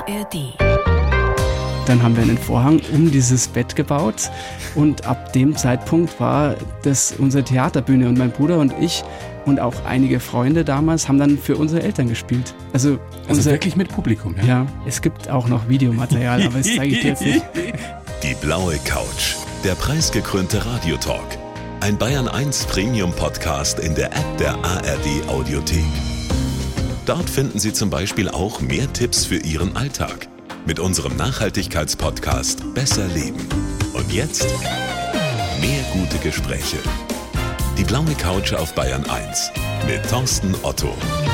ARD. Dann haben wir einen Vorhang um dieses Bett gebaut und ab dem Zeitpunkt war das unsere Theaterbühne und mein Bruder und ich und auch einige Freunde damals haben dann für unsere Eltern gespielt. Also wirklich mit Publikum, ja? Ja, es gibt auch noch Videomaterial, aber das zeige ich dir jetzt nicht. Die blaue Couch, der preisgekrönte Radiotalk. Ein Bayern 1 Premium-Podcast in der App der ARD Audiothek. Dort finden Sie zum Beispiel auch mehr Tipps für Ihren Alltag. Mit unserem Nachhaltigkeitspodcast Besser Leben. Und jetzt mehr gute Gespräche. Die blaue Couch auf Bayern 1 mit Thorsten Otto.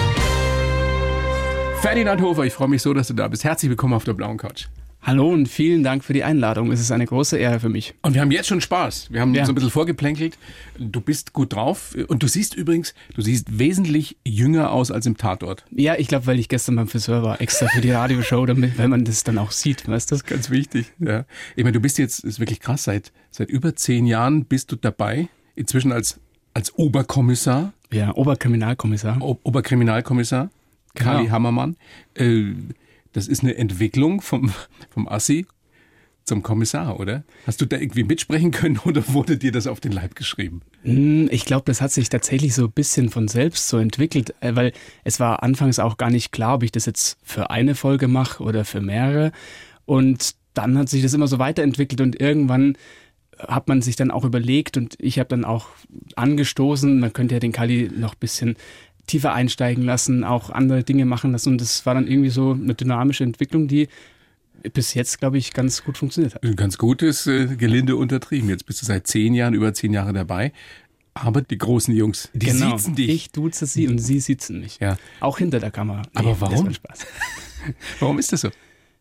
Ferdinand Hofer, ich freue mich so, dass du da bist. Herzlich willkommen auf der blauen Couch. Hallo und vielen Dank für die Einladung. Es ist eine große Ehre für mich. Und wir haben jetzt schon Spaß. Wir haben so ein bisschen vorgeplänkelt. Du bist gut drauf. Und du siehst wesentlich jünger aus als im Tatort. Ja, ich glaube, weil ich gestern beim Friseur war, extra für die Radioshow, damit, weil man das dann auch sieht, weißt du? Das ist ganz wichtig. Ja. Ich meine, du bist jetzt, ist wirklich krass, seit über 10 Jahren bist du dabei. Inzwischen als Oberkommissar. Ja, Oberkriminalkommissar. Oberkriminalkommissar. Genau. Kali Hammermann. Das ist eine Entwicklung vom Assi zum Kommissar, oder? Hast du da irgendwie mitsprechen können oder wurde dir das auf den Leib geschrieben? Ich glaube, das hat sich tatsächlich so ein bisschen von selbst so entwickelt, weil es war anfangs auch gar nicht klar, ob ich das jetzt für eine Folge mache oder für mehrere. Und dann hat sich das immer so weiterentwickelt und irgendwann hat man sich dann auch überlegt und ich habe dann auch angestoßen, man könnte ja den Kali noch ein bisschen tiefer einsteigen lassen, auch andere Dinge machen lassen. Und das war dann irgendwie so eine dynamische Entwicklung, die bis jetzt, glaube ich, ganz gut funktioniert hat. Ganz gut ist gelinde untertrieben. Jetzt bist du seit 10 Jahren, über 10 Jahre dabei. Aber die großen Jungs, die siezen dich. Ich duze sie und sie siezen mich. Ja. Auch hinter der Kamera. Aber warum? Das macht Spaß. Warum ist das so?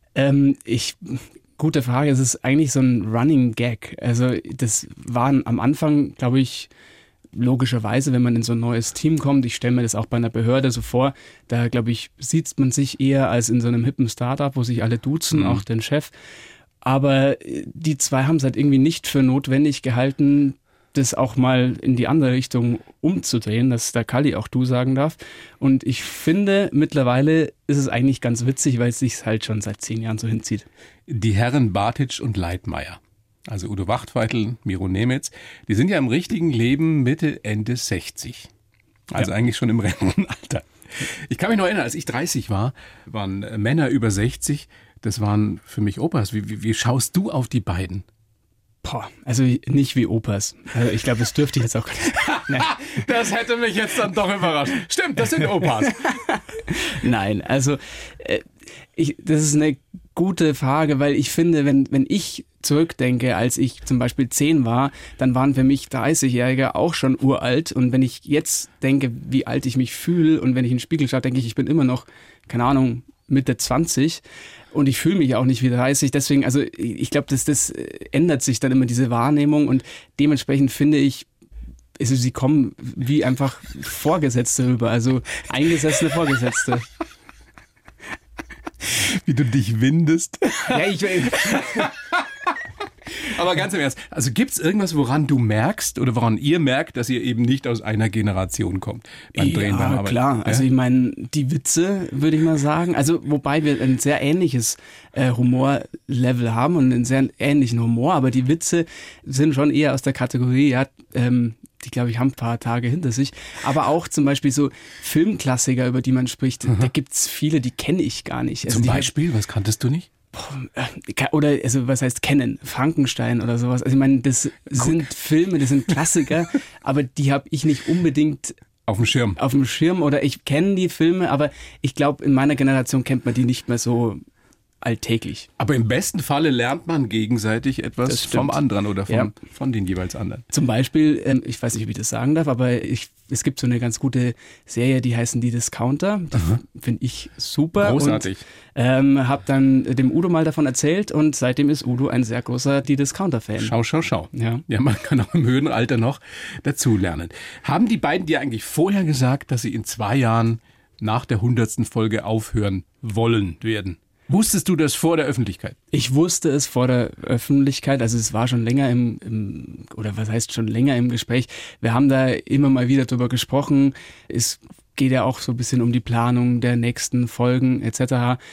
Gute Frage. Es ist eigentlich so ein Running Gag. Also das waren am Anfang, glaube ich, logischerweise, wenn man in so ein neues Team kommt, ich stelle mir das auch bei einer Behörde so vor, da glaube ich, sieht man sich eher als in so einem hippen Startup, wo sich alle duzen, auch den Chef. Aber die zwei haben es halt irgendwie nicht für notwendig gehalten, das auch mal in die andere Richtung umzudrehen, dass der Kali auch du sagen darf. Und ich finde, mittlerweile ist es eigentlich ganz witzig, weil es sich halt schon seit 10 Jahren so hinzieht. Die Herren Bartitsch und Leitmeier, also Udo Wachtfeitel, Miro Nemetz, die sind ja im richtigen Leben Mitte, Ende 60. Also eigentlich schon im Rentenalter. Ich kann mich noch erinnern, als ich 30 war, waren Männer über 60, das waren für mich Opas. Wie schaust du auf die beiden? Also nicht wie Opas. Also ich glaube, das dürfte ich jetzt auch nicht. Das hätte mich jetzt dann doch überrascht. Stimmt, das sind Opas. Nein, also das ist eine gute Frage, weil ich finde, wenn ich zurückdenke, als ich zum Beispiel 10 war, dann waren für mich 30-Jährige auch schon uralt. Und wenn ich jetzt denke, wie alt ich mich fühle und wenn ich in den Spiegel schaue, denke ich bin immer noch, keine Ahnung, Mitte 20 und ich fühle mich auch nicht wie 30. Deswegen, also ich glaube, das ändert sich dann immer, diese Wahrnehmung und dementsprechend finde ich, also sie kommen wie einfach Vorgesetzte rüber, also eingesessene Vorgesetzte. Wie du dich windest. Ja, Aber ganz im Ernst, also gibt's irgendwas, woran du merkst oder woran ihr merkt, dass ihr eben nicht aus einer Generation kommt beim Drehen, beim Arbeiten? Klar, ja? Also ich meine, die Witze, würde ich mal sagen, also wobei wir ein sehr ähnliches Humorlevel haben und einen sehr ähnlichen Humor, aber die Witze sind schon eher aus der Kategorie, die, glaube ich, haben ein paar Tage hinter sich. Aber auch zum Beispiel so Filmklassiker, über die man spricht, da gibt's viele, die kenne ich gar nicht. Also zum Beispiel, was kanntest du nicht? Oder, also was heißt kennen? Frankenstein oder sowas. Also ich meine, das sind Filme, das sind Klassiker, aber die habe ich nicht unbedingt auf dem Schirm oder ich kenne die Filme, aber ich glaube, in meiner Generation kennt man die nicht mehr so alltäglich. Aber im besten Falle lernt man gegenseitig etwas vom anderen oder von den jeweils anderen. Zum Beispiel, ich weiß nicht, ob ich das sagen darf, aber es gibt so eine ganz gute Serie, die heißen Die Discounter. Die finde ich super. Großartig. Und habe dann dem Udo mal davon erzählt und seitdem ist Udo ein sehr großer Die Discounter-Fan. Schau. Ja, man kann auch im Höhenalter noch dazulernen. Haben die beiden dir eigentlich vorher gesagt, dass sie in 2 Jahren nach der 100. Folge aufhören werden? Wusstest du das vor der Öffentlichkeit? Ich wusste es vor der Öffentlichkeit, also es war schon länger oder was heißt schon länger im Gespräch. Wir haben da immer mal wieder drüber gesprochen. Es geht ja auch so ein bisschen um die Planung der nächsten Folgen etc.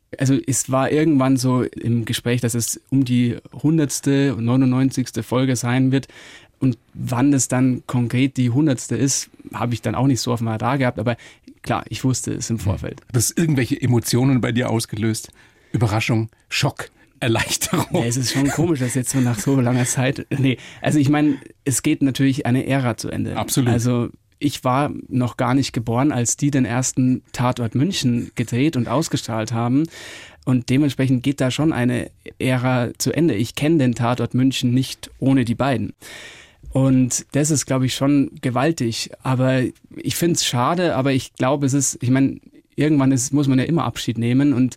Also es war irgendwann so im Gespräch, dass es um die 100. und 99. Folge sein wird. Und wann es dann konkret die 100. ist, habe ich dann auch nicht so auf dem Radar gehabt. Aber klar, ich wusste es im Vorfeld. Hat das irgendwelche Emotionen bei dir ausgelöst? Überraschung, Schock, Erleichterung? Ja, es ist schon komisch, dass jetzt so nach so langer Zeit... Nee, also ich meine, es geht natürlich eine Ära zu Ende. Absolut. Also ich war noch gar nicht geboren, als die den ersten Tatort München gedreht und ausgestrahlt haben. Und dementsprechend geht da schon eine Ära zu Ende. Ich kenne den Tatort München nicht ohne die beiden. Und das ist, glaube ich, schon gewaltig. Aber ich finde es schade, aber ich glaube, irgendwann muss man ja immer Abschied nehmen. Und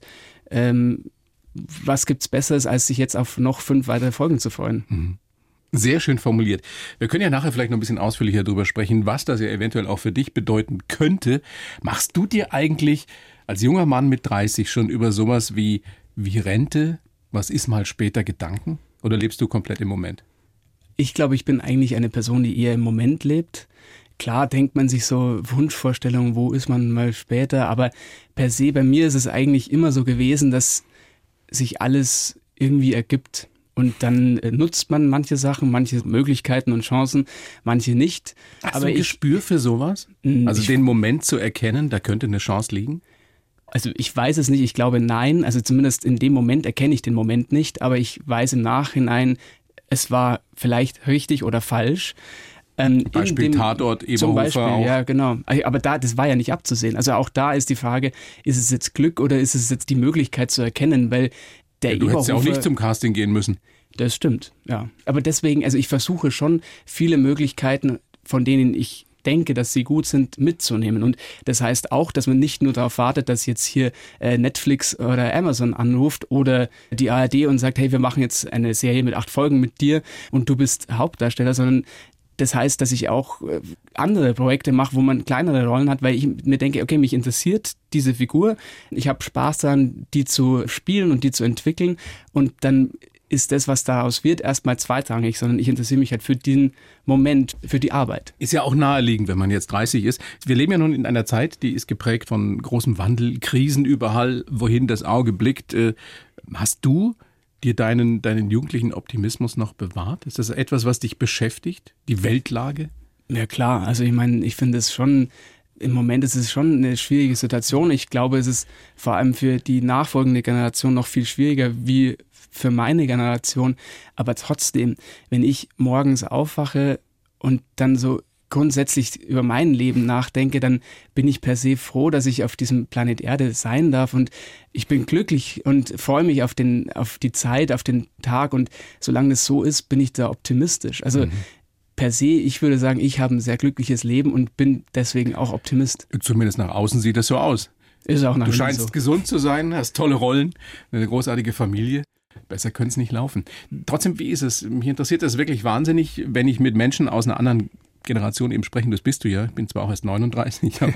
was gibt's Besseres, als sich jetzt auf noch 5 weitere Folgen zu freuen? Mhm. Sehr schön formuliert. Wir können ja nachher vielleicht noch ein bisschen ausführlicher darüber sprechen, was das ja eventuell auch für dich bedeuten könnte. Machst du dir eigentlich als junger Mann mit 30 schon über sowas wie Rente, was ist mal später, Gedanken? Oder lebst du komplett im Moment? Ich glaube, ich bin eigentlich eine Person, die eher im Moment lebt. Klar denkt man sich so Wunschvorstellungen, wo ist man mal später, aber per se bei mir ist es eigentlich immer so gewesen, dass sich alles irgendwie ergibt. Und dann nutzt man manche Sachen, manche Möglichkeiten und Chancen, manche nicht. Hast du ein Gespür für sowas? Also den Moment zu erkennen, da könnte eine Chance liegen? Also ich weiß es nicht, ich glaube nein. Also zumindest in dem Moment erkenne ich den Moment nicht, aber ich weiß im Nachhinein, es war vielleicht richtig oder falsch. Beispiel Tatort, Eberhofer zum Beispiel, auch. Ja, genau. Aber das war ja nicht abzusehen. Also auch da ist die Frage, ist es jetzt Glück oder ist es jetzt die Möglichkeit zu erkennen, weil du hättest ja auch nicht zum Casting gehen müssen. Das stimmt, ja. Aber deswegen, also ich versuche schon viele Möglichkeiten, von denen ich denke, dass sie gut sind, mitzunehmen. Und das heißt auch, dass man nicht nur darauf wartet, dass jetzt hier Netflix oder Amazon anruft oder die ARD und sagt, hey, wir machen jetzt eine Serie mit 8 Folgen mit dir und du bist Hauptdarsteller, sondern das heißt, dass ich auch andere Projekte mache, wo man kleinere Rollen hat, weil ich mir denke, okay, mich interessiert diese Figur, ich habe Spaß daran, die zu spielen und die zu entwickeln und dann ist das, was daraus wird, erstmal zweitrangig, sondern ich interessiere mich halt für den Moment, für die Arbeit. Ist ja auch naheliegend, wenn man jetzt 30 ist. Wir leben ja nun in einer Zeit, die ist geprägt von großem Wandel, Krisen überall, wohin das Auge blickt. Hast du dir deinen jugendlichen Optimismus noch bewahrt? Ist das etwas, was dich beschäftigt? Die Weltlage? Ja klar, also ich meine, ich finde es schon, im Moment ist es schon eine schwierige Situation. Ich glaube, es ist vor allem für die nachfolgende Generation noch viel schwieriger wie für meine Generation. Aber trotzdem, wenn ich morgens aufwache und dann so grundsätzlich über mein Leben nachdenke, dann bin ich per se froh, dass ich auf diesem Planet Erde sein darf und ich bin glücklich und freue mich auf die Zeit, auf den Tag und solange das so ist, bin ich da optimistisch. Also per se, ich würde sagen, ich habe ein sehr glückliches Leben und bin deswegen auch Optimist. Zumindest nach außen sieht das so aus. Ist auch nach Du innen scheinst so. gesund zu sein, hast tolle Rollen, eine großartige Familie. Besser könnte es nicht laufen. Trotzdem, wie ist es? Mich interessiert das wirklich wahnsinnig, wenn ich mit Menschen aus einer anderen Generation eben sprechen, das bist du ja. Ich bin zwar auch erst 39, aber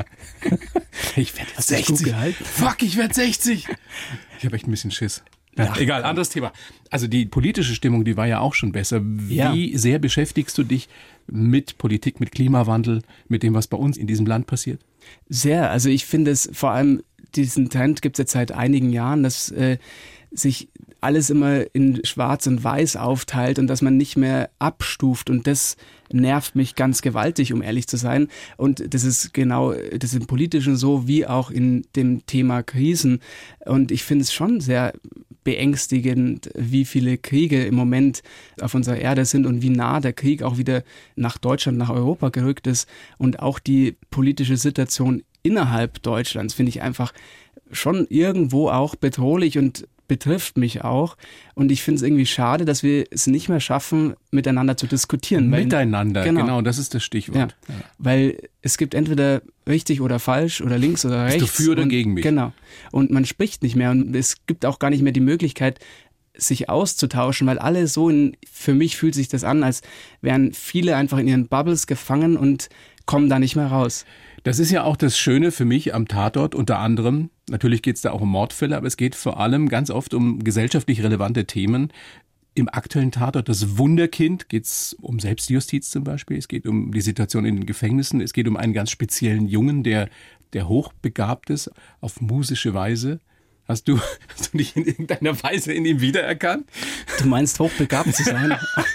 ich werde jetzt 60. Fuck, ich werde 60. Ich habe echt ein bisschen Schiss. Ja, egal, anderes Thema. Also die politische Stimmung, die war ja auch schon besser. Wie sehr beschäftigst du dich mit Politik, mit Klimawandel, mit dem, was bei uns in diesem Land passiert? Sehr. Also ich finde es vor allem, diesen Trend gibt es jetzt seit einigen Jahren, dass sich alles immer in Schwarz und Weiß aufteilt und dass man nicht mehr abstuft und das nervt mich ganz gewaltig, um ehrlich zu sein. Und das ist genau, das ist im Politischen so wie auch in dem Thema Krisen. Und ich finde es schon sehr beängstigend, wie viele Kriege im Moment auf unserer Erde sind und wie nah der Krieg auch wieder nach Deutschland, nach Europa gerückt ist. Und auch die politische Situation innerhalb Deutschlands finde ich einfach schon irgendwo auch bedrohlich und betrifft mich auch. Und ich finde es irgendwie schade, dass wir es nicht mehr schaffen, miteinander zu diskutieren. Miteinander, genau, das ist das Stichwort. Ja, weil es gibt entweder richtig oder falsch oder links oder rechts. Bist du für oder gegen mich? Genau. Und man spricht nicht mehr und es gibt auch gar nicht mehr die Möglichkeit, sich auszutauschen, weil alle so für mich fühlt sich das an, als wären viele einfach in ihren Bubbles gefangen und kommen da nicht mehr raus. Das ist ja auch das Schöne für mich am Tatort unter anderem. Natürlich geht es da auch um Mordfälle, aber es geht vor allem ganz oft um gesellschaftlich relevante Themen. Im aktuellen Tatort, das Wunderkind, geht es um Selbstjustiz zum Beispiel. Es geht um die Situation in den Gefängnissen. Es geht um einen ganz speziellen Jungen, der hochbegabt ist auf musische Weise. Hast du dich in irgendeiner Weise in ihm wiedererkannt? Du meinst, hochbegabt zu sein?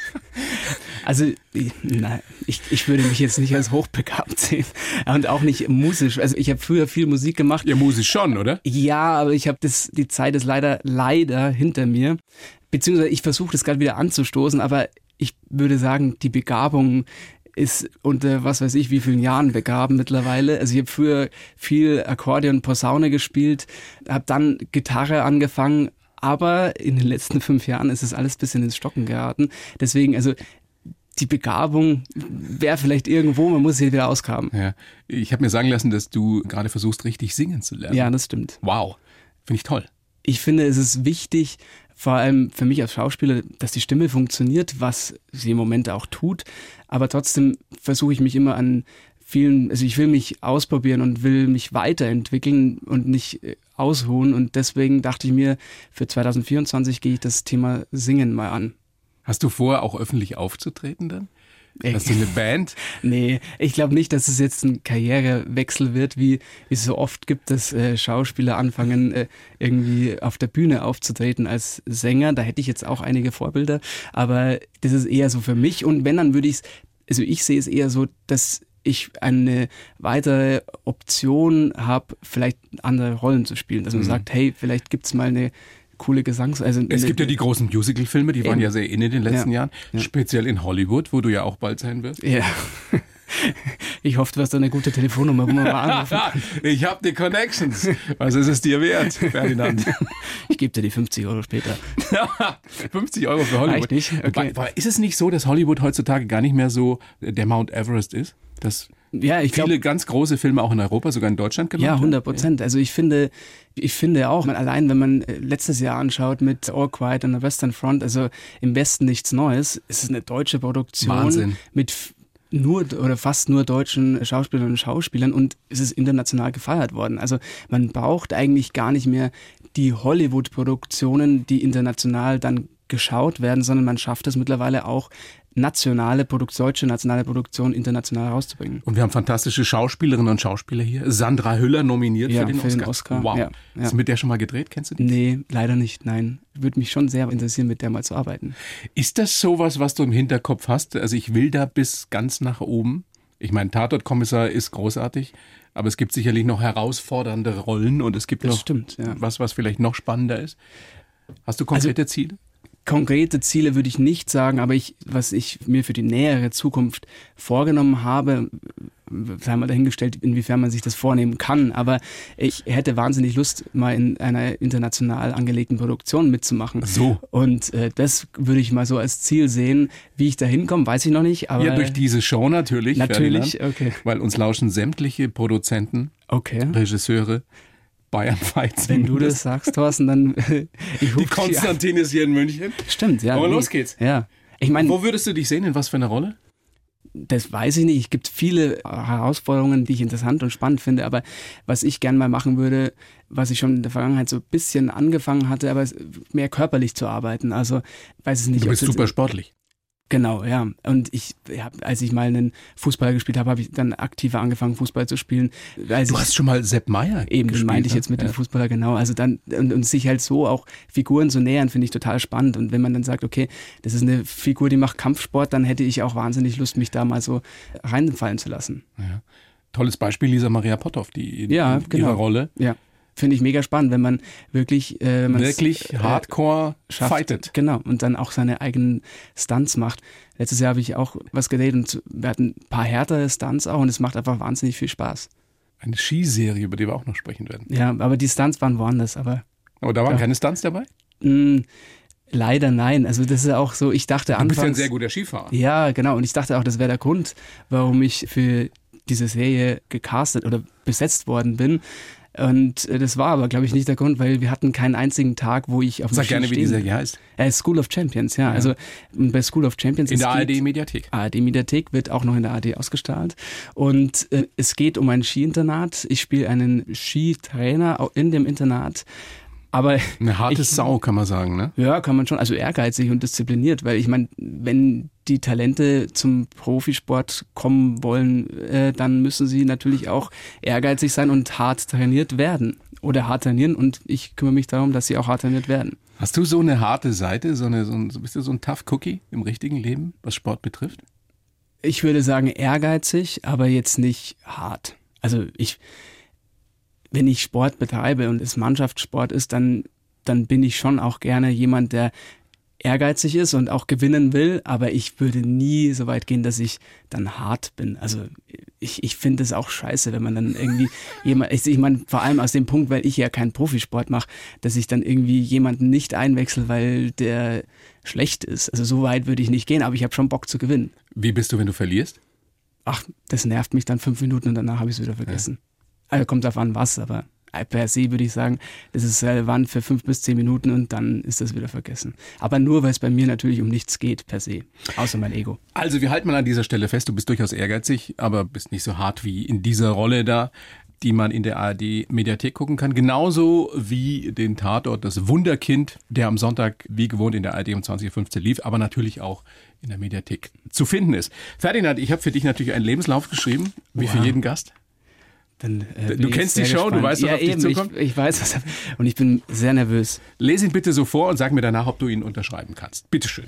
Also, ich würde mich jetzt nicht als hochbegabt sehen und auch nicht musisch. Also ich habe früher viel Musik gemacht. Ja, musisch schon, oder? Ja, aber ich habe die Zeit ist leider hinter mir. Beziehungsweise ich versuche das gerade wieder anzustoßen, aber ich würde sagen, die Begabung ist unter was weiß ich wie vielen Jahren begaben mittlerweile. Also ich habe früher viel Akkordeon, Posaune gespielt, habe dann Gitarre angefangen, aber in den letzten 5 Jahren ist es alles ein bisschen ins Stocken geraten. Deswegen, also die Begabung wäre vielleicht irgendwo, man muss sie wieder ausgraben. Ja. Ich habe mir sagen lassen, dass du gerade versuchst, richtig singen zu lernen. Ja, das stimmt. Wow, finde ich toll. Ich finde, es ist wichtig, vor allem für mich als Schauspieler, dass die Stimme funktioniert, was sie im Moment auch tut. Aber trotzdem versuche ich mich immer an vielen, also ich will mich ausprobieren und will mich weiterentwickeln und nicht ausruhen. Und deswegen dachte ich mir, für 2024 gehe ich das Thema Singen mal an. Hast du vor, auch öffentlich aufzutreten dann? Hast du eine Band? Nee, ich glaube nicht, dass es jetzt ein Karrierewechsel wird, wie es so oft gibt, dass Schauspieler anfangen, irgendwie auf der Bühne aufzutreten als Sänger. Da hätte ich jetzt auch einige Vorbilder, aber das ist eher so für mich. Und wenn, dann würde ich es, also ich sehe es eher so, dass ich eine weitere Option habe, vielleicht andere Rollen zu spielen. Dass man sagt, hey, vielleicht gibt's mal eine coole Es gibt ja die großen Musical-Filme, die waren ja sehr in den letzten Jahren, speziell in Hollywood, wo du ja auch bald sein wirst. Ja. Ich hoffe, du hast eine gute Telefonnummer, wo man mal anrufen kann. Ich habe die Connections. Was ist es dir wert, Ferdinand? Ich gebe dir die 50 € später. 50 € für Hollywood. Reicht nicht? Okay. Aber ist es nicht so, dass Hollywood heutzutage gar nicht mehr so der Mount Everest ist? Dass viele ganz große Filme auch in Europa, sogar in Deutschland gemacht werden? Ja, 100%. Also ich finde auch, allein wenn man letztes Jahr anschaut mit All Quiet on the Western Front, also im Westen nichts Neues, es ist eine deutsche Produktion. Wahnsinn. Mit nur oder fast nur deutschen Schauspielerinnen und Schauspielern und es ist international gefeiert worden. Also man braucht eigentlich gar nicht mehr die Hollywood-Produktionen, die international dann geschaut werden, sondern man schafft es mittlerweile auch, deutsche nationale Produktion international rauszubringen. Und wir haben fantastische Schauspielerinnen und Schauspieler hier. Sandra Hüller nominiert für den Oscar. Wow. Ja. Hast du mit der schon mal gedreht? Kennst du die? Nee, leider nicht, nein. Würde mich schon sehr interessieren, mit der mal zu arbeiten. Ist das sowas, was du im Hinterkopf hast? Also ich will da bis ganz nach oben. Ich meine, Tatortkommissar ist großartig, aber es gibt sicherlich noch herausfordernde Rollen und es gibt was vielleicht noch spannender ist. Hast du konkrete Ziele? Konkrete Ziele würde ich nicht sagen, aber was ich mir für die nähere Zukunft vorgenommen habe, sei mal dahingestellt, inwiefern man sich das vornehmen kann, aber ich hätte wahnsinnig Lust, mal in einer international angelegten Produktion mitzumachen. So. Und das würde ich mal so als Ziel sehen. Wie ich da hinkomme, weiß ich noch nicht. Aber ja, durch diese Show natürlich. Natürlich, okay. Weil uns lauschen sämtliche Produzenten, Regisseure, Bayern Fights. Wenn du das sagst, Thorsten, dann die Konstantin ist hier in München. Stimmt, ja. Aber los geht's. Ja. Ich meine, wo würdest du dich sehen? In was für einer Rolle? Das weiß ich nicht. Es gibt viele Herausforderungen, die ich interessant und spannend finde. Aber was ich gern mal machen würde, was ich schon in der Vergangenheit so ein bisschen angefangen hatte, aber mehr körperlich zu arbeiten. Also, weiß es nicht. Du bist super sportlich. Genau, ja. Und als ich mal einen Fußball gespielt habe, habe ich dann aktiver angefangen, Fußball zu spielen. Du hast schon mal Sepp Maier eben gespielt, meinte ich jetzt mit dem Fußballer, genau. Also dann, und sich halt so auch Figuren zu nähern, finde ich total spannend. Und wenn man dann sagt, okay, das ist eine Figur, die macht Kampfsport, dann hätte ich auch wahnsinnig Lust, mich da mal so reinfallen zu lassen. Ja. Tolles Beispiel, Lisa Maria Potthoff, die in ihrer Rolle. Ja. Finde ich mega spannend, wenn man wirklich hardcore fightet. Genau, und dann auch seine eigenen Stunts macht. Letztes Jahr habe ich auch was gedreht und wir hatten ein paar härtere Stunts auch und es macht einfach wahnsinnig viel Spaß. Eine Skiserie, über die wir auch noch sprechen werden. Ja, aber die Stunts waren woanders. Aber da waren keine Stunts dabei? Leider nein. Also das ist ja auch so, ich dachte anfangs... Du bist ja ein sehr guter Skifahrer. Ja, genau. Und ich dachte auch, das wäre der Grund, warum ich für diese Serie gecastet oder besetzt worden bin. Und das war aber, glaube ich, nicht der Grund, weil wir hatten keinen einzigen Tag, wo ich auf dem Ski stehen. Sag gerne, wie die Serie heißt. School of Champions, ja. Also bei School of Champions. In der ARD-Mediathek. ARD-Mediathek wird auch noch in der ARD ausgestrahlt. Und es geht um ein Skiinternat. Ich spiele einen Skitrainer in dem Internat. Aber eine harte Sau, kann man sagen, ne? Ja, kann man schon. Also ehrgeizig und diszipliniert, weil ich meine, wenn die Talente zum Profisport kommen wollen, dann müssen sie natürlich auch ehrgeizig sein und hart trainiert werden. oder hart trainieren und ich kümmere mich darum, dass sie auch hart trainiert werden. Hast du so eine harte Seite, bist du so ein Tough Cookie im richtigen Leben, was Sport betrifft? Ich würde sagen ehrgeizig, aber jetzt nicht hart. Also wenn ich Sport betreibe und es Mannschaftssport ist, dann bin ich schon auch gerne jemand, der ehrgeizig ist und auch gewinnen will, aber ich würde nie so weit gehen, dass ich dann hart bin. Also ich finde es auch scheiße, wenn man dann irgendwie ich meine, vor allem aus dem Punkt, weil ich ja keinen Profisport mache, dass ich dann irgendwie jemanden nicht einwechsel, weil der schlecht ist. Also so weit würde ich nicht gehen, aber ich habe schon Bock zu gewinnen. Wie bist du, wenn du verlierst? Ach, das nervt mich dann 5 Minuten und danach habe ich es wieder vergessen. Ja. Also kommt drauf an was, aber per se würde ich sagen, das ist relevant für 5 bis 10 Minuten und dann ist das wieder vergessen. Aber nur, weil es bei mir natürlich um nichts geht per se, außer mein Ego. Also wir halten mal an dieser Stelle fest, du bist durchaus ehrgeizig, aber bist nicht so hart wie in dieser Rolle da, die man in der ARD-Mediathek gucken kann. Genauso wie den Tatort Das Wunderkind, der am Sonntag wie gewohnt in der ARD um 20.15 Uhr lief, aber natürlich auch in der Mediathek zu finden ist. Ferdinand, ich habe für dich natürlich einen Lebenslauf geschrieben, wie für jeden Gast. Dann, du kennst die Show, gespannt. Du weißt, was ja, auf dich eben, zukommt? Ich weiß was und ich bin sehr nervös. Lese ihn bitte so vor und sag mir danach, ob du ihn unterschreiben kannst. Bitteschön.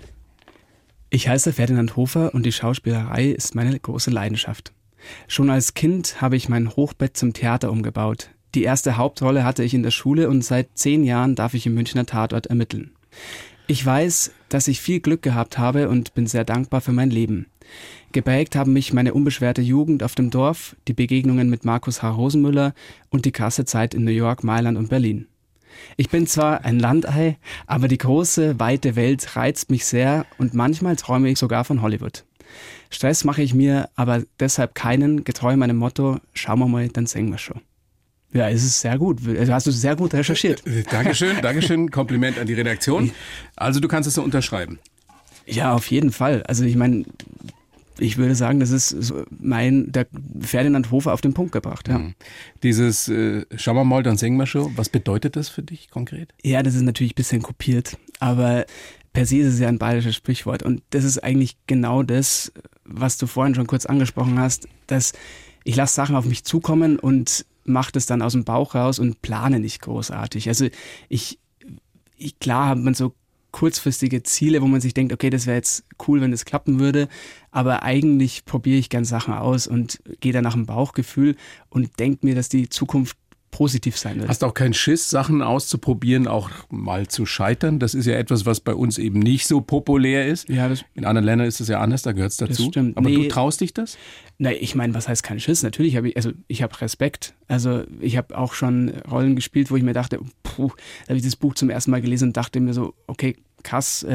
Ich heiße Ferdinand Hofer und die Schauspielerei ist meine große Leidenschaft. Schon als Kind habe ich mein Hochbett zum Theater umgebaut. Die erste Hauptrolle hatte ich in der Schule und seit 10 Jahren darf ich im Münchner Tatort ermitteln. Ich weiß, dass ich viel Glück gehabt habe und bin sehr dankbar für mein Leben. Geprägt haben mich meine unbeschwerte Jugend auf dem Dorf, die Begegnungen mit Markus H. Rosenmüller und die krasse Zeit in New York, Mailand und Berlin. Ich bin zwar ein Landei, aber die große, weite Welt reizt mich sehr und manchmal träume ich sogar von Hollywood. Stress mache ich mir aber deshalb keinen, getreu meinem Motto, schauen wir mal, dann singen wir schon. Ja, es ist sehr gut. Also hast du sehr gut recherchiert. Dankeschön. Kompliment an die Redaktion. Also du kannst es so unterschreiben. Ja, auf jeden Fall. Also ich meine, ich würde sagen, das ist so der Ferdinand Hofer auf den Punkt gebracht. Ja. Dieses schauen wir mal, dann singen wir schon. Was bedeutet das für dich konkret? Ja, das ist natürlich ein bisschen kopiert, aber per se ist es ja ein bayerisches Sprichwort. Und das ist eigentlich genau das, was du vorhin schon kurz angesprochen hast, dass ich lasse Sachen auf mich zukommen und mache das dann aus dem Bauch raus und plane nicht großartig. Also klar hat man so kurzfristige Ziele, wo man sich denkt, okay, das wäre jetzt cool, wenn das klappen würde, aber eigentlich probiere ich gern Sachen aus und gehe dann nach dem Bauchgefühl und denke mir, dass die Zukunft positiv sein wird. Hast du auch keinen Schiss, Sachen auszuprobieren, auch mal zu scheitern? Das ist ja etwas, was bei uns eben nicht so populär ist. Ja, in anderen Ländern ist es ja anders, da gehört es dazu. Das stimmt. Aber du traust dich das? Nein, ich meine, was heißt kein Schiss? Natürlich habe ich habe Respekt. Also ich habe auch schon Rollen gespielt, wo ich mir dachte, da habe ich das Buch zum ersten Mal gelesen und dachte mir so, okay, krass,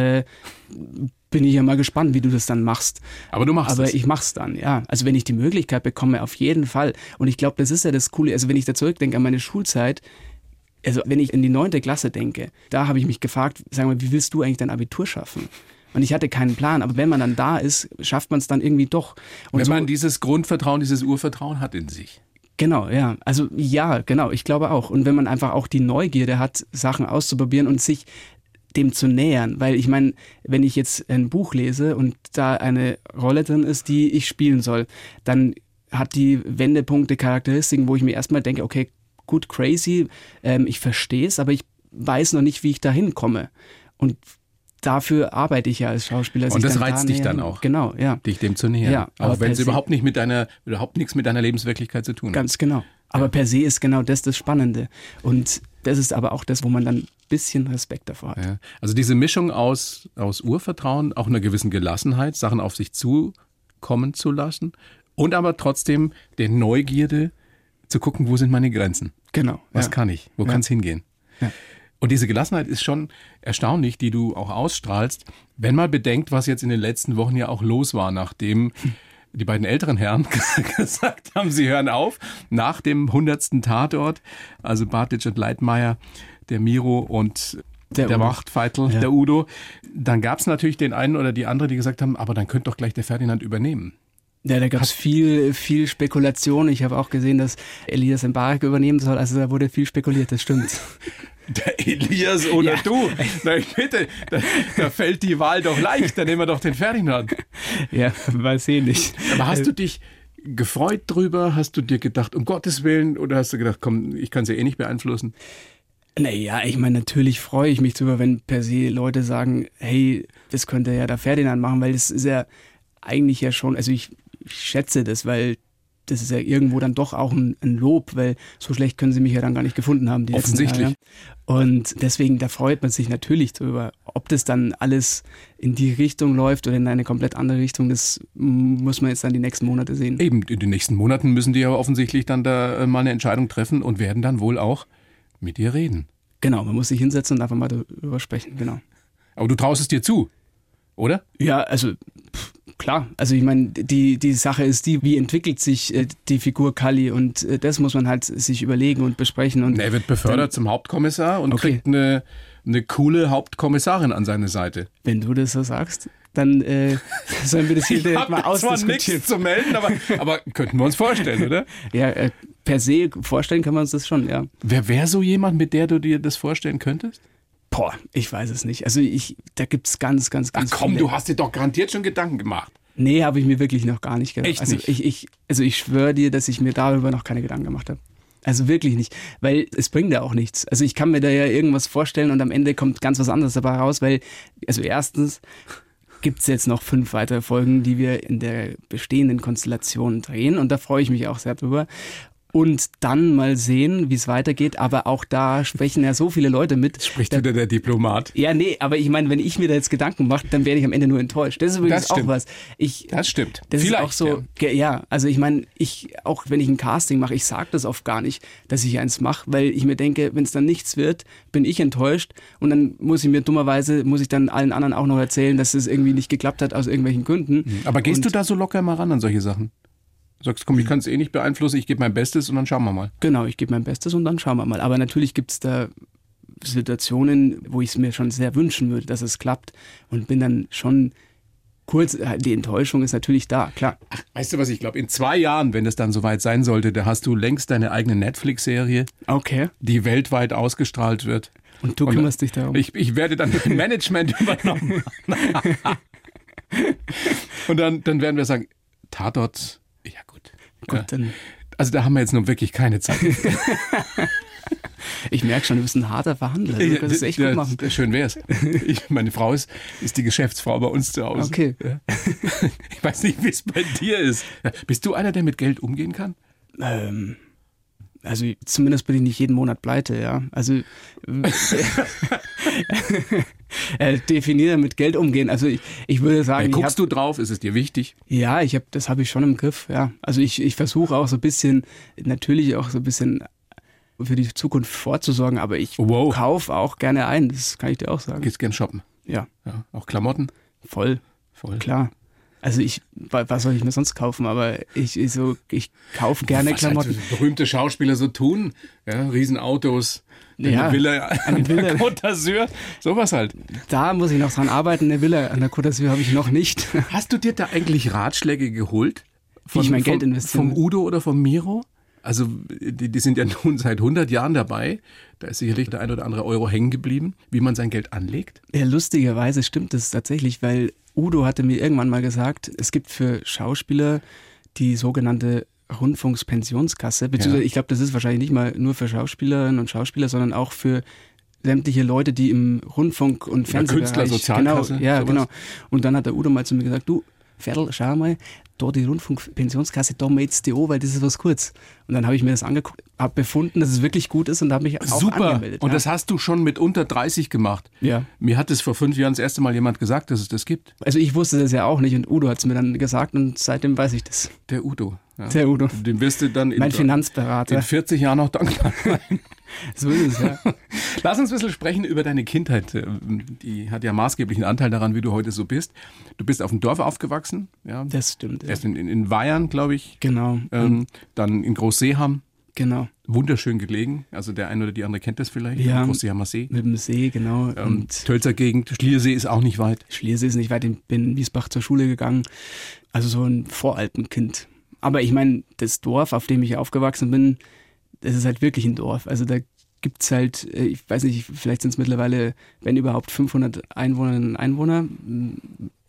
bin ich ja mal gespannt, wie du das dann machst. Aber du machst es. Aber ich mach's dann, ja. Also wenn ich die Möglichkeit bekomme, auf jeden Fall. Und ich glaube, das ist ja das Coole. Also wenn ich da zurückdenke an meine Schulzeit, also wenn ich in die 9. Klasse denke, da habe ich mich gefragt, sag mal, wie willst du eigentlich dein Abitur schaffen? Und ich hatte keinen Plan, aber wenn man dann da ist, schafft man es dann irgendwie doch. Und wenn man dieses Grundvertrauen, dieses Urvertrauen hat in sich. Genau, ja. Also ja, genau, ich glaube auch. Und wenn man einfach auch die Neugierde hat, Sachen auszuprobieren und sich dem zu nähern, weil ich meine, wenn ich jetzt ein Buch lese und da eine Rolle drin ist, die ich spielen soll, dann hat die Wendepunkte Charakteristiken, wo ich mir erstmal denke, okay, gut, crazy, ich verstehe es, aber ich weiß noch nicht, wie ich da hinkomme. Und dafür arbeite ich ja als Schauspieler. Und das reizt dich dann auch. Genau, ja. Dich dem zu nähern. Ja, auch wenn es überhaupt nichts mit deiner Lebenswirklichkeit zu tun hat. Ganz genau. Aber per se ist genau das Spannende. Und das ist aber auch das, wo man dann ein bisschen Respekt davor hat. Ja. Also diese Mischung aus Urvertrauen, auch einer gewissen Gelassenheit, Sachen auf sich zukommen zu lassen und aber trotzdem der Neugierde zu gucken, wo sind meine Grenzen? Genau. Was kann ich? Wo kann es hingehen? Ja. Und diese Gelassenheit ist schon erstaunlich, die du auch ausstrahlst, wenn man bedenkt, was jetzt in den letzten Wochen ja auch los war, nachdem die beiden älteren Herren gesagt haben, sie hören auf, nach dem 100. Tatort, also Bartitsch und Leitmayr, der Miro und der Wachtfeitel, der Udo. Dann gab es natürlich den einen oder die andere, die gesagt haben, aber dann könnte doch gleich der Ferdinand übernehmen. Ja, da gab es viel Spekulation. Ich habe auch gesehen, dass Elias Mbarek übernehmen soll. Also da wurde viel spekuliert, das stimmt. Der Elias oder du? Na, bitte, da fällt die Wahl doch leicht. Dann nehmen wir doch den Ferdinand. Ja, weiß ich nicht. Aber hast du dich gefreut drüber? Hast du dir gedacht, um Gottes Willen, oder hast du gedacht, komm, ich kann es ja eh nicht beeinflussen? Naja, ich meine, natürlich freue ich mich drüber, wenn per se Leute sagen, hey, das könnte ja der Ferdinand machen, weil das ist ja eigentlich ja schon, also ich schätze das, weil das ist ja irgendwo dann doch auch ein Lob, weil so schlecht können sie mich ja dann gar nicht gefunden haben. Die offensichtlich. Letzten Jahre. Und deswegen, da freut man sich natürlich drüber. Ob das dann alles in die Richtung läuft oder in eine komplett andere Richtung, das muss man jetzt dann die nächsten Monate sehen. Eben, in den nächsten Monaten müssen die ja offensichtlich dann da mal eine Entscheidung treffen und werden dann wohl auch mit dir reden. Genau, man muss sich hinsetzen und einfach mal darüber sprechen, genau. Aber du traust es dir zu, oder? Ja, also klar. Also ich meine, die Sache ist die, wie entwickelt sich die Figur Kalli, und das muss man halt sich überlegen und besprechen. Und er wird befördert zum Hauptkommissar und kriegt eine coole Hauptkommissarin an seine Seite. Wenn du das so sagst, dann sollen wir das hier direkt mal ausdiskutieren. Ich habe zwar nichts zu melden, aber könnten wir uns vorstellen, oder? Ja, per se vorstellen kann man uns das schon, ja. Wer wäre so jemand, mit der du dir das vorstellen könntest? Boah, ich weiß es nicht. Also da gibt's ganz Ach komm, viele. Du hast dir doch garantiert schon Gedanken gemacht. Nee, habe ich mir wirklich noch gar nicht gedacht. Echt also nicht? Ich schwöre dir, dass ich mir darüber noch keine Gedanken gemacht habe. Also wirklich nicht, weil es bringt ja auch nichts. Also ich kann mir da ja irgendwas vorstellen und am Ende kommt ganz was anderes dabei raus, weil, also erstens gibt es jetzt noch 5 weitere Folgen, die wir in der bestehenden Konstellation drehen, und da freue ich mich auch sehr drüber. Und dann mal sehen, wie es weitergeht. Aber auch da sprechen ja so viele Leute mit. Spricht wieder der Diplomat. Ja, nee, aber ich meine, wenn ich mir da jetzt Gedanken mache, dann werde ich am Ende nur enttäuscht. Das ist übrigens auch was. Das stimmt. Das Vielleicht, ist auch so, ja, also ich meine, auch wenn ich ein Casting mache, ich sage das oft gar nicht, dass ich eins mache, weil ich mir denke, wenn es dann nichts wird, bin ich enttäuscht, und dann muss ich dann allen anderen auch noch erzählen, dass es irgendwie nicht geklappt hat aus irgendwelchen Gründen. Aber gehst du da so locker mal ran an solche Sachen? Du sagst, komm, ich kann es eh nicht beeinflussen, ich gebe mein Bestes und dann schauen wir mal. Genau, ich gebe mein Bestes und dann schauen wir mal. Aber natürlich gibt es da Situationen, wo ich es mir schon sehr wünschen würde, dass es klappt, und bin dann schon kurz, die Enttäuschung ist natürlich da, klar. Ach, weißt du was, ich glaube, in 2 Jahren, wenn es dann soweit sein sollte, da hast du längst deine eigene Netflix-Serie, die weltweit ausgestrahlt wird. Und du kümmerst dich darum? Ich werde dann mit dem Management übernommen. Und dann werden wir sagen, Tatort. Ja, gut. Dann. Also da haben wir jetzt nun wirklich keine Zeit. Ich merke schon, du bist ein harter Verhandler. Du kannst es echt gut machen. Schön wär's. Meine Frau ist die Geschäftsfrau bei uns zu Hause. Okay. Ich weiß nicht, wie es bei dir ist. Bist du einer, der mit Geld umgehen kann? Also zumindest bin ich nicht jeden Monat pleite, ja. Also definiere mit Geld umgehen. Also ich würde sagen, guckst du drauf? Ist es dir wichtig? Ja, das habe ich schon im Griff, ja. Also ich versuche auch so ein bisschen, natürlich auch so ein bisschen für die Zukunft vorzusorgen, aber ich kaufe auch gerne ein, das kann ich dir auch sagen. Gehst gern shoppen? Ja. Auch Klamotten? Voll. Klar. Also was soll ich mir sonst kaufen? Aber ich kaufe gerne Klamotten. Halt berühmte Schauspieler so tun, ja, Riesenautos, eine Villa an der Côte d'Azur, sowas halt. Da muss ich noch dran arbeiten, eine Villa an der Côte d'Azur habe ich noch nicht. Hast du dir da eigentlich Ratschläge geholt? Wie ich mein Geld investiere? Vom Udo oder vom Miro? Also die sind ja nun seit 100 Jahren dabei. Da ist sicherlich der ein oder andere Euro hängen geblieben, wie man sein Geld anlegt. Ja, lustigerweise stimmt das tatsächlich, weil Udo hatte mir irgendwann mal gesagt, es gibt für Schauspieler die sogenannte Rundfunkspensionskasse, beziehungsweise ich glaube, das ist wahrscheinlich nicht mal nur für Schauspielerinnen und Schauspieler, sondern auch für sämtliche Leute, die im Rundfunk- und Fernsehbereich... Künstlersozialkasse. Genau. Und dann hat der Udo mal zu mir gesagt, du, Ferdl, schau mal, da die Rundfunkpensionskasse, da mäht's die an, weil das ist was kurz. Und dann habe ich mir das angeguckt, habe befunden, dass es wirklich gut ist und habe mich auch angemeldet. Und das hast du schon mit unter 30 gemacht. Ja. Mir hat es vor 5 Jahren das erste Mal jemand gesagt, dass es das gibt. Also ich wusste das ja auch nicht und Udo hat es mir dann gesagt und seitdem weiß ich das. Der Udo. Ja. Der Udo. Den wirst du dann mein Finanzberater. In 40 Jahren noch dankbar sein. So ist es, ja. Lass uns ein bisschen sprechen über deine Kindheit. Die hat ja maßgeblichen Anteil daran, wie du heute so bist. Du bist auf dem Dorf aufgewachsen. Ja. Das stimmt. Ja. Erst in Weyern, glaube ich. Genau. Dann in Großseeham. Genau. Wunderschön gelegen. Also der eine oder die andere kennt das vielleicht. Ja. Großseehamer See. Mit dem See, genau. Tölzer Gegend. Schliersee ist auch nicht weit. Schliersee ist nicht weit. Ich bin in Wiesbach zur Schule gegangen. Also so ein Voralpenkind. Aber ich meine, das Dorf, auf dem ich aufgewachsen bin, das ist halt wirklich ein Dorf. Also da gibt's halt, ich weiß nicht, vielleicht sind es mittlerweile, wenn überhaupt, 500 Einwohnerinnen und Einwohner.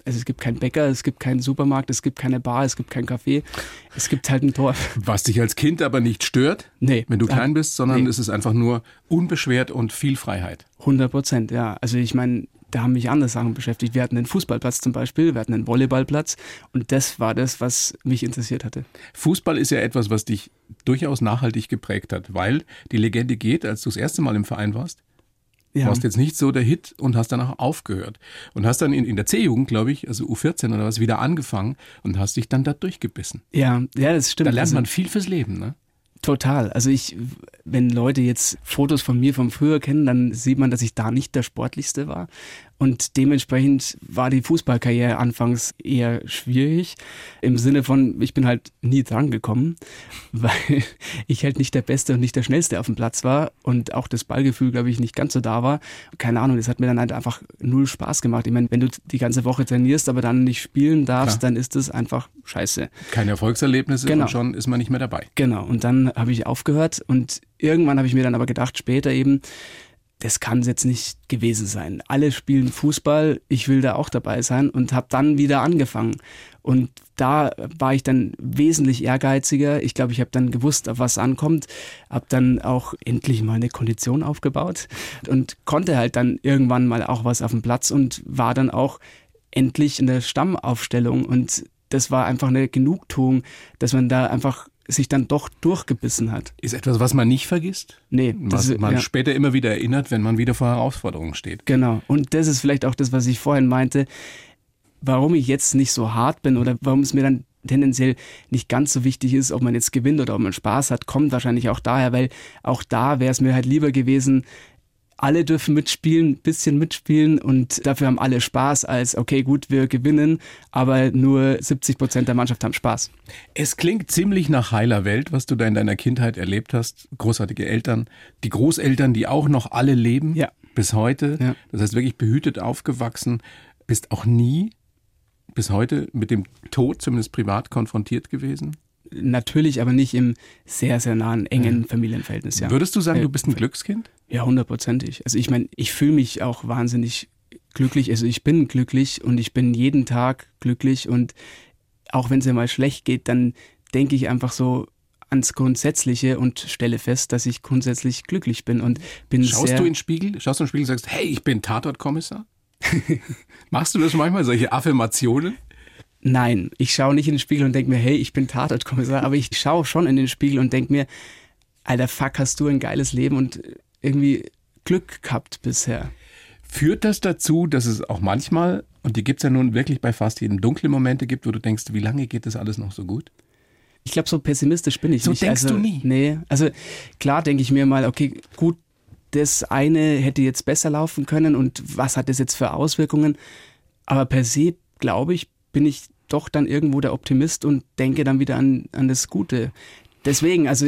Also es gibt keinen Bäcker, es gibt keinen Supermarkt, es gibt keine Bar, es gibt kein Café. Es gibt halt ein Tor. Was dich als Kind aber nicht stört, nee, wenn du klein bist, sondern nee. Es ist einfach nur unbeschwert und viel Freiheit. 100%, ja. Also ich meine, da haben mich andere Sachen beschäftigt. Wir hatten einen Fußballplatz zum Beispiel, wir hatten einen Volleyballplatz und das war das, was mich interessiert hatte. Fußball ist ja etwas, was dich durchaus nachhaltig geprägt hat, weil die Legende geht, als du das erste Mal im Verein warst, du warst jetzt nicht so der Hit und hast danach aufgehört und hast dann in der C-Jugend, glaube ich, also U14 oder was, wieder angefangen und hast dich dann da durchgebissen. Ja, das stimmt. Da lernt man viel fürs Leben, ne? Total. Also wenn Leute jetzt Fotos von mir vom Früher kennen, dann sieht man, dass ich da nicht der Sportlichste war. Und dementsprechend war die Fußballkarriere anfangs eher schwierig. Im Sinne von, ich bin halt nie dran gekommen, weil ich halt nicht der Beste und nicht der Schnellste auf dem Platz war und auch das Ballgefühl, glaube ich, nicht ganz so da war. Keine Ahnung, das hat mir dann halt einfach null Spaß gemacht. Ich meine, wenn du die ganze Woche trainierst, aber dann nicht spielen darfst, dann ist das einfach scheiße. Keine Erfolgserlebnisse Genau. Und schon ist man nicht mehr dabei. Genau, und dann habe ich aufgehört und irgendwann habe ich mir dann aber gedacht, später eben, das kann es jetzt nicht gewesen sein. Alle spielen Fußball, ich will da auch dabei sein und habe dann wieder angefangen. Und da war ich dann wesentlich ehrgeiziger. Ich glaube, ich habe dann gewusst, auf was ankommt, habe dann auch endlich mal eine Kondition aufgebaut und konnte halt dann irgendwann mal auch was auf dem Platz und war dann auch endlich in der Stammaufstellung. Und das war einfach eine Genugtuung, dass man da einfach sich dann doch durchgebissen hat. Ist etwas, was man nicht vergisst? Nee. Was man später immer wieder erinnert, wenn man wieder vor Herausforderungen steht. Genau. Und das ist vielleicht auch das, was ich vorhin meinte, warum ich jetzt nicht so hart bin oder warum es mir dann tendenziell nicht ganz so wichtig ist, ob man jetzt gewinnt oder ob man Spaß hat, kommt wahrscheinlich auch daher, weil auch da wäre es mir halt lieber gewesen, alle dürfen mitspielen, ein bisschen mitspielen und dafür haben alle Spaß als, okay, gut, wir gewinnen, aber nur 70% der Mannschaft haben Spaß. Es klingt ziemlich nach heiler Welt, was du da in deiner Kindheit erlebt hast. Großartige Eltern, die Großeltern, die auch noch alle leben, bis heute. Ja. Das heißt, wirklich behütet aufgewachsen, bist auch nie bis heute mit dem Tod, zumindest privat, konfrontiert gewesen? Natürlich, aber nicht im sehr, sehr nahen, engen Familienverhältnis. Ja. Würdest du sagen, du bist ein Glückskind? Ja, 100%. Also ich meine, ich fühle mich auch wahnsinnig glücklich. Also ich bin glücklich und ich bin jeden Tag glücklich und auch wenn es mir mal schlecht geht, dann denke ich einfach so ans Grundsätzliche und stelle fest, dass ich grundsätzlich glücklich bin und bin Schaust du in den Spiegel und sagst, hey, ich bin Tatortkommissar? Machst du das manchmal, solche Affirmationen? Nein, ich schaue nicht in den Spiegel und denke mir, hey, ich bin Tatortkommissar, aber ich schaue schon in den Spiegel und denke mir, alter Fuck, hast du ein geiles Leben und irgendwie Glück gehabt bisher. Führt das dazu, dass es auch manchmal, und die gibt es ja nun wirklich bei fast jedem, dunkle Momente gibt, wo du denkst, wie lange geht das alles noch so gut? Ich glaube, so pessimistisch bin ich nicht. So denkst du nie? Nee, also klar denke ich mir mal, okay, gut, das eine hätte jetzt besser laufen können und was hat das jetzt für Auswirkungen? Aber per se, glaube ich, bin ich doch dann irgendwo der Optimist und denke dann wieder an das Gute. Deswegen, also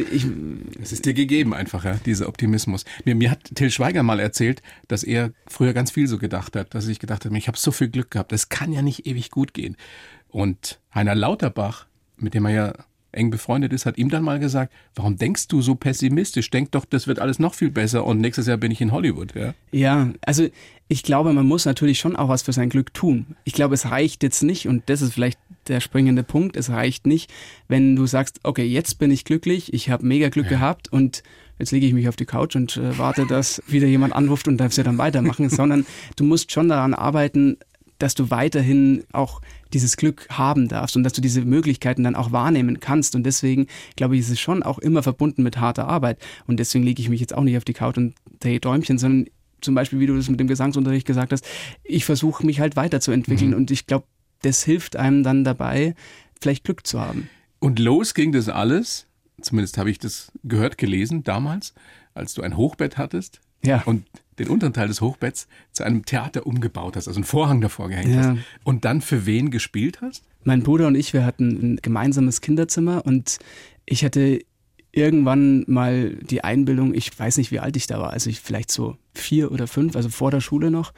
es ist dir gegeben einfach, ja, dieser Optimismus. Mir hat Till Schweiger mal erzählt, dass er früher ganz viel so gedacht hat, dass ich gedacht habe, ich habe so viel Glück gehabt, das kann ja nicht ewig gut gehen. Und Heiner Lauterbach, mit dem er ja eng befreundet ist, hat ihm dann mal gesagt, warum denkst du so pessimistisch? Denk doch, das wird alles noch viel besser und nächstes Jahr bin ich in Hollywood. Ja, also ich glaube, man muss natürlich schon auch was für sein Glück tun. Ich glaube, es reicht jetzt nicht, und das ist vielleicht der springende Punkt, es reicht nicht, wenn du sagst, okay, jetzt bin ich glücklich, ich habe mega Glück gehabt und jetzt lege ich mich auf die Couch und warte, dass wieder jemand anruft und darfst ja dann weitermachen, sondern du musst schon daran arbeiten, dass du weiterhin auch dieses Glück haben darfst und dass du diese Möglichkeiten dann auch wahrnehmen kannst. Und deswegen, glaube ich, ist es schon auch immer verbunden mit harter Arbeit. Und deswegen lege ich mich jetzt auch nicht auf die Couch und drehe Däumchen, sondern zum Beispiel, wie du das mit dem Gesangsunterricht gesagt hast, ich versuche mich halt weiterzuentwickeln. Und ich glaube, das hilft einem dann dabei, vielleicht Glück zu haben. Und los ging das alles, zumindest habe ich das gehört, gelesen damals, als du ein Hochbett hattest. Ja. Und den unteren Teil des Hochbetts zu einem Theater umgebaut hast, also einen Vorhang davor gehängt hast. Und dann für wen gespielt hast? Mein Bruder und ich, wir hatten ein gemeinsames Kinderzimmer und ich hatte irgendwann mal die Einbildung, ich weiß nicht, wie alt ich da war, also ich vielleicht so 4 oder 5, also vor der Schule noch.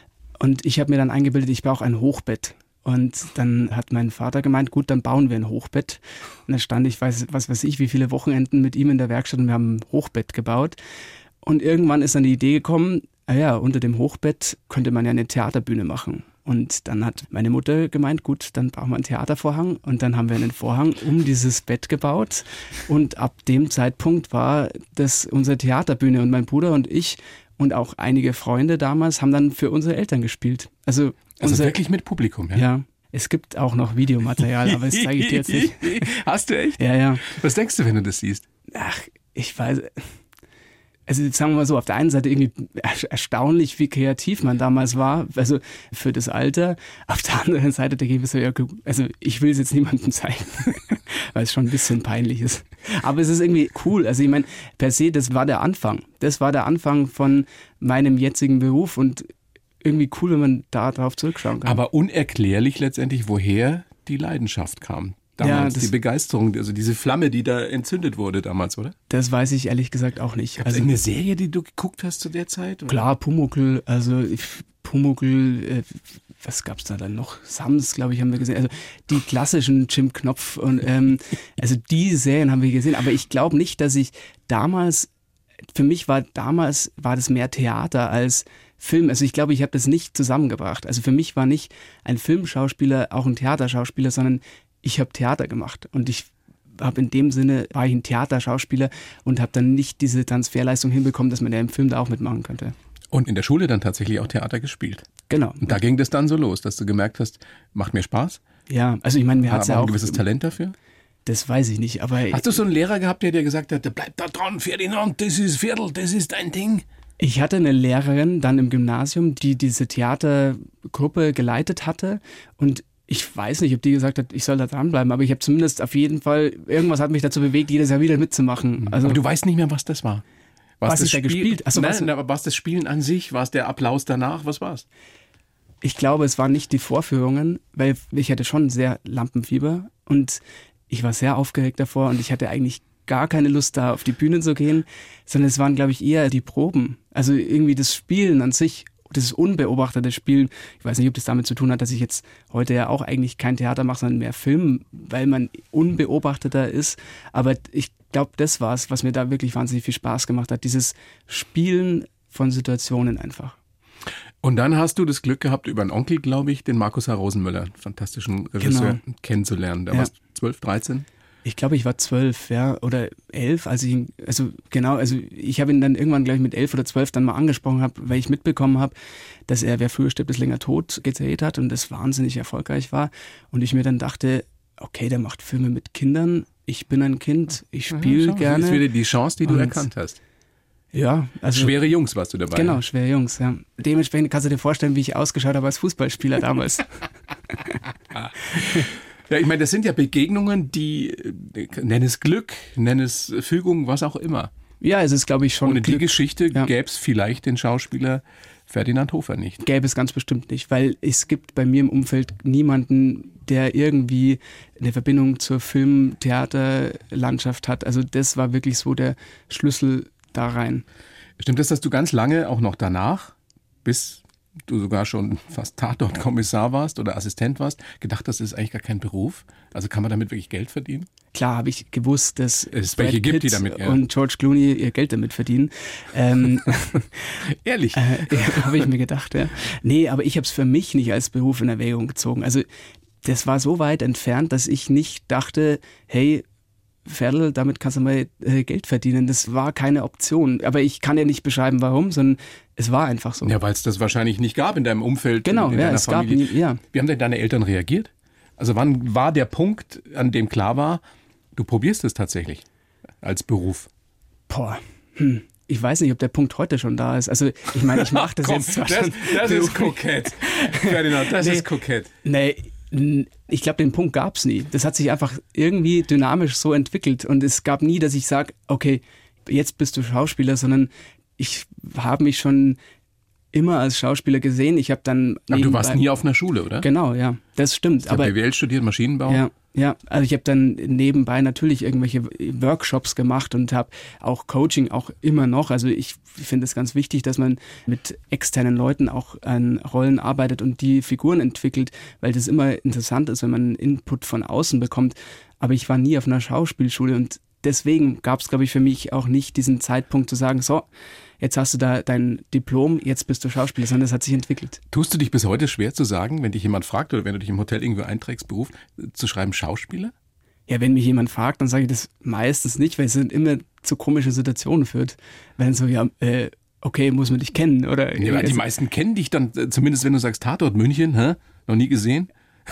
Und ich habe mir dann eingebildet, ich brauche ein Hochbett. Und dann hat mein Vater gemeint, gut, dann bauen wir ein Hochbett. Und dann stand ich, was weiß ich, wie viele Wochenenden mit ihm in der Werkstatt und wir haben ein Hochbett gebaut. Und irgendwann ist dann die Idee gekommen, unter dem Hochbett könnte man ja eine Theaterbühne machen. Und dann hat meine Mutter gemeint, gut, dann brauchen wir einen Theatervorhang. Und dann haben wir einen Vorhang um dieses Bett gebaut. Und ab dem Zeitpunkt war das unsere Theaterbühne. Und mein Bruder und ich und auch einige Freunde damals haben dann für unsere Eltern gespielt. Also wirklich mit Publikum, ja? Ja. Es gibt auch noch Videomaterial, aber das zeige ich dir jetzt nicht. Hast du echt? Ja, ja. Was denkst du, wenn du das siehst? Ach, ich weiß. Also sagen wir mal so, auf der einen Seite irgendwie erstaunlich, wie kreativ man damals war, also für das Alter. Auf der anderen Seite denke ich mir so, ja, also ich will es jetzt niemandem zeigen, weil es schon ein bisschen peinlich ist. Aber es ist irgendwie cool. Also ich meine, per se, das war der Anfang. Das war der Anfang von meinem jetzigen Beruf und irgendwie cool, wenn man da drauf zurückschauen kann. Aber unerklärlich letztendlich, woher die Leidenschaft kam. Damals die Begeisterung, also diese Flamme, die da entzündet wurde damals, oder? Das weiß ich ehrlich gesagt auch nicht. Also eine Serie, die du geguckt hast zu der Zeit? Oder? Klar, Pumuckl, was gab's da dann noch? Sams, glaube ich, haben wir gesehen. Also die klassischen Jim Knopf und also die Serien haben wir gesehen. Aber ich glaube nicht, dass ich damals, für mich war das mehr Theater als Film. Also ich glaube, ich habe das nicht zusammengebracht. Also für mich war nicht ein Filmschauspieler auch ein Theaterschauspieler, sondern ich habe Theater gemacht und ich habe in dem Sinne, war ich ein Theaterschauspieler und habe dann nicht diese Transferleistung hinbekommen, dass man ja im Film da auch mitmachen könnte. Und in der Schule dann tatsächlich auch Theater gespielt. Genau. Und da ging das dann so los, dass du gemerkt hast, macht mir Spaß? Ja, also ich meine, mir hat es ja auch ein gewisses Talent dafür? Das weiß ich nicht, aber... Hast du so einen Lehrer gehabt, der dir gesagt hat, bleib da dran, Ferdinand, das ist Viertel, das ist dein Ding? Ich hatte eine Lehrerin dann im Gymnasium, die diese Theatergruppe geleitet hatte und ich weiß nicht, ob die gesagt hat, ich soll da dranbleiben, aber ich habe zumindest auf jeden Fall, irgendwas hat mich dazu bewegt, jedes Jahr wieder mitzumachen. Also, aber du weißt nicht mehr, was das war? Was ist da gespielt? Achso, nein, aber war es das Spielen an sich? War es der Applaus danach? Was war es? Ich glaube, es waren nicht die Vorführungen, weil ich hatte schon sehr Lampenfieber und ich war sehr aufgeregt davor und ich hatte eigentlich gar keine Lust, da auf die Bühne zu gehen, sondern es waren, glaube ich, eher die Proben. Also irgendwie das Spielen an sich, das unbeobachtete Spielen. Ich weiß nicht, ob das damit zu tun hat, dass ich jetzt heute ja auch eigentlich kein Theater mache, sondern mehr Film, weil man unbeobachteter ist. Aber ich glaube, das war es, was mir da wirklich wahnsinnig viel Spaß gemacht hat. Dieses Spielen von Situationen einfach. Und dann hast du das Glück gehabt, über einen Onkel, glaube ich, den Markus H. Rosenmüller, einen fantastischen Regisseur, kennenzulernen. Da warst du 12, 13? Ich glaube, ich war 12, ja, oder 11, ich habe ihn dann irgendwann gleich mit 11 oder 12 dann mal angesprochen habe, weil ich mitbekommen habe, dass er Wer früher stirbt, ist länger tot gedreht hat und das wahnsinnig erfolgreich war und ich mir dann dachte, okay, der macht Filme mit Kindern, ich bin ein Kind, ich spiele gerne. Das ist wieder die Chance, die du erkannt hast. Ja, also schwere Jungs warst du dabei. Genau, schwere Jungs, ja. Dementsprechend kannst du dir vorstellen, wie ich ausgeschaut habe als Fußballspieler damals. Ja, ich meine, das sind ja Begegnungen, die, nenn es Glück, nenn es Fügung, was auch immer. Ja, es ist, glaube ich, schon ohne Glück. Die Geschichte gäbe es vielleicht den Schauspieler Ferdinand Hofer nicht. Gäbe es ganz bestimmt nicht, weil es gibt bei mir im Umfeld niemanden, der irgendwie eine Verbindung zur Film-Theater-Landschaft hat. Also das war wirklich so der Schlüssel da rein. Stimmt das, dass du ganz lange, auch noch danach, bis du sogar schon fast Tatort-Kommissar warst oder Assistent warst, gedacht hast, das ist eigentlich gar kein Beruf? Also kann man damit wirklich Geld verdienen? Klar habe ich gewusst, dass es welche gibt, die damit und George Clooney ihr Geld damit verdienen. Ehrlich? Habe ich mir gedacht, ja. Nee, aber ich habe es für mich nicht als Beruf in Erwägung gezogen. Also das war so weit entfernt, dass ich nicht dachte, hey, Ferdl, damit kannst du mal Geld verdienen. Das war keine Option. Aber ich kann ja nicht beschreiben, warum, sondern es war einfach so. Ja, weil es das wahrscheinlich nicht gab in deinem Umfeld. Genau, in deiner Familie. Gab nie, ja. Wie haben denn deine Eltern reagiert? Also wann war der Punkt, an dem klar war, du probierst es tatsächlich als Beruf? Ich weiß nicht, ob der Punkt heute schon da ist. Also ich meine, ich mache das jetzt zwar schon. Das ist kokett. Ferdinand, das ist kokett. Nee, ich glaube, den Punkt gab es nie. Das hat sich einfach irgendwie dynamisch so entwickelt und es gab nie, dass ich sage, okay, jetzt bist du Schauspieler, sondern ich habe mich schon immer als Schauspieler gesehen. Ich habe dann aber du warst nie auf einer Schule, oder? Genau, ja, das stimmt. Ich habe BWL studiert, Maschinenbau. Ja, also ich habe dann nebenbei natürlich irgendwelche Workshops gemacht und habe auch Coaching auch immer noch. Also ich finde es ganz wichtig, dass man mit externen Leuten auch an Rollen arbeitet und die Figuren entwickelt, weil das immer interessant ist, wenn man Input von außen bekommt. Aber ich war nie auf einer Schauspielschule und deswegen gab es, glaube ich, für mich auch nicht diesen Zeitpunkt zu sagen, so, jetzt hast du da dein Diplom, jetzt bist du Schauspieler, sondern es hat sich entwickelt. Tust du dich bis heute schwer zu sagen, wenn dich jemand fragt oder wenn du dich im Hotel irgendwo einträgst, Beruf, zu schreiben Schauspieler? Ja, wenn mich jemand fragt, dann sage ich das meistens nicht, weil es dann immer zu komischen Situationen führt. Wenn so, ja, okay, muss man dich kennen, oder? Ja, die meisten kennen dich dann, zumindest wenn du sagst Tatort München, hä? Noch nie gesehen?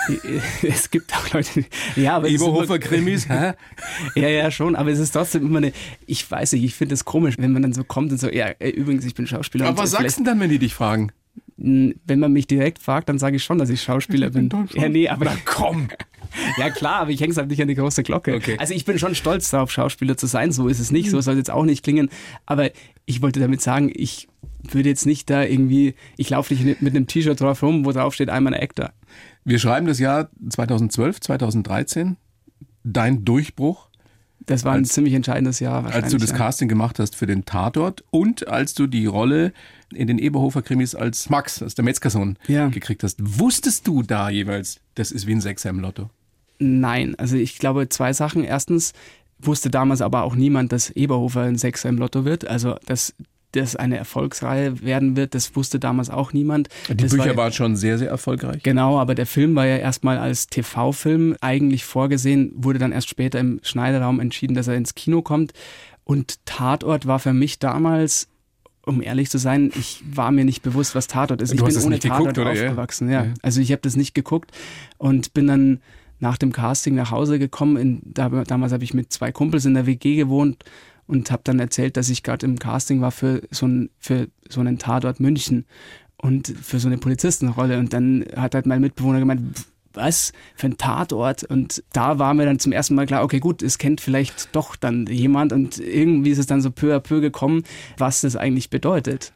Es gibt auch Leute, ja, aber Eberhofer-Krimis, hä? Ja, schon, aber es ist trotzdem immer ich weiß nicht, ich finde es komisch, wenn man dann so kommt und so, ja, übrigens, ich bin Schauspieler. Aber was sagst du denn dann, wenn die dich fragen? Wenn man mich direkt fragt, dann sage ich schon, dass ich Schauspieler bin. Ja, nee, aber na komm! Ja klar, aber ich hänge es halt nicht an die große Glocke. Okay. Also ich bin schon stolz darauf, Schauspieler zu sein, so ist es nicht, so soll es jetzt auch nicht klingen, aber ich wollte damit sagen, ich würde jetzt nicht da irgendwie, ich laufe nicht mit einem T-Shirt drauf rum, wo drauf steht, I'm an actor. Wir schreiben das Jahr 2012, 2013, dein Durchbruch. Das war ein ziemlich entscheidendes Jahr wahrscheinlich. Als du das Casting gemacht hast für den Tatort und als du die Rolle in den Eberhofer-Krimis als Max, als der Metzgersohn, gekriegt hast. Wusstest du da jeweils, das ist wie ein Sechser im Lotto? Nein, also ich glaube 2 Sachen. Erstens wusste damals aber auch niemand, dass Eberhofer ein Sechser im Lotto wird. Also dass das eine Erfolgsreihe werden wird, das wusste damals auch niemand. Die Bücher waren schon sehr, sehr erfolgreich. Genau, aber der Film war ja erstmal als TV-Film eigentlich vorgesehen, wurde dann erst später im Schneideraum entschieden, dass er ins Kino kommt. Und Tatort war für mich damals, um ehrlich zu sein, ich war mir nicht bewusst, was Tatort ist. Ich bin ohne Tatort aufgewachsen. Ja. Also ich habe das nicht geguckt und bin dann nach dem Casting nach Hause gekommen. Damals habe ich mit 2 Kumpels in der WG gewohnt und habe dann erzählt, dass ich gerade im Casting war für so einen Tatort München und für so eine Polizistenrolle. Und dann hat halt mein Mitbewohner gemeint, was für ein Tatort? Und da war mir dann zum ersten Mal klar, okay gut, es kennt vielleicht doch dann jemand und irgendwie ist es dann so peu à peu gekommen, was das eigentlich bedeutet.